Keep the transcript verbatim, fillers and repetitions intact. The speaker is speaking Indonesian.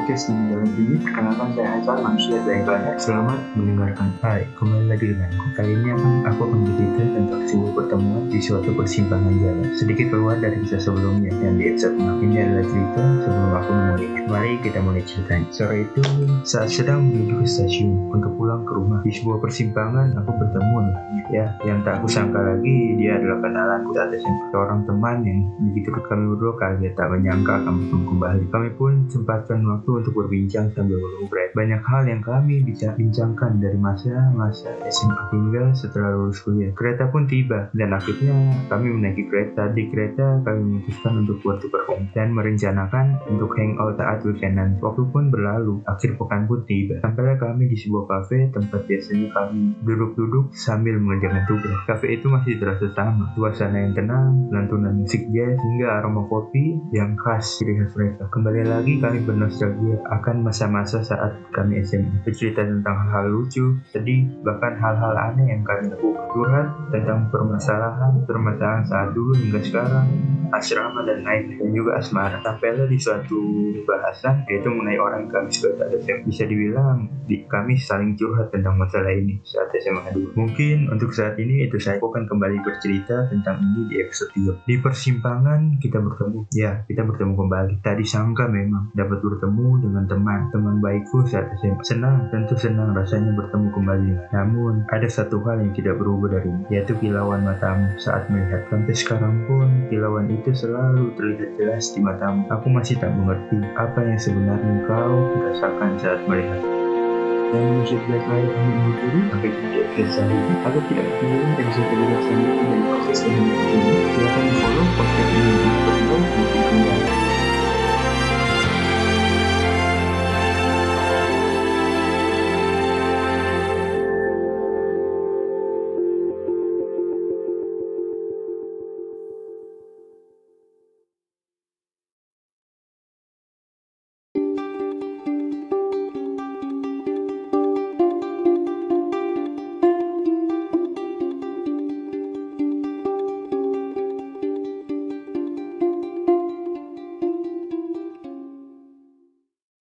podcast di dalam ini. Perkenalkan saya Hasan, manusia dari planet. Selamat mendengarkan. Hai, kembali lagi denganku. Kali ini akan aku akan bercerita tentang sebuah pertemuan di suatu persimpangan jalan. Sedikit keluar dari kisah sebelumnya yang di episode enam. Ini adalah cerita sebelum aku memulainya. Mari kita mulai ceritanya. Sore itu, saat sedang menuju ke stasiun untuk pulang ke rumah, di sebuah persimpangan aku bertemu dengannya. Ya, yang tak aku sangka lagi dia adalah kenalanku saat S M P. Seorang teman yang begitu kami berdua kaget tak menyangka akan bertemu kembali. Kami pun sempatkan waktu untuk berbincang sambil mengobrol. Banyak hal yang kami bisa bincangkan dari masa-masa S M A hingga setelah lulus kuliah. Kereta pun tiba dan akhirnya kami menaiki kereta. Di kereta kami memutuskan untuk bertukar kontak dan merencanakan untuk hangout saat weekendan. Waktu pun berlalu, akhir pekan pun tiba. Sampailah kami di sebuah kafe tempat biasanya kami duduk-duduk sambil mengerjakan tugas. Kafe itu masih terasa sama, suasana yang tenang, lantunan musik jazz hingga aroma kopi yang khas ciri khas mereka. Kembali lagi kami bernostalgia akan masa-masa saat kami S M A, bercerita tentang hal lucu, sedih, bahkan hal-hal aneh yang kami lakukan. Curhat tentang permasalahan permasalahan saat dulu hingga sekarang, asrama dan lain dan juga asmara. Sampailah di suatu bahasan yaitu mengenai orang yang kami suka saat S M A. Bisa dibilang di, kami saling curhat tentang masalah ini saat S M A dulu. Mungkin untuk saat ini itu saya akan kembali bercerita tentang ini di episode tiga. Di persimpangan kita bertemu. Ya, kita bertemu kembali. Tak disangka memang dapat bertemu dengan teman teman baikku saat S M A. Senang, tentu senang rasanya bertemu kembali dengan. Namun ada satu hal yang tidak berubah darinya, yaitu kilauan matamu saat melihat. Sampai sekarang pun kilauan itu selalu terlihat jelas di matamu. Aku masih tak mengerti apa yang sebenarnya kau rasakan saat melihat. Dan menurut saya saya kami menghubungi sampai di episode selanjutnya. Agar tidak ketinggalan episode-episode selanjutnya dari podcast ini, silakan di follow podcast ini di Spotify dan di Twitter.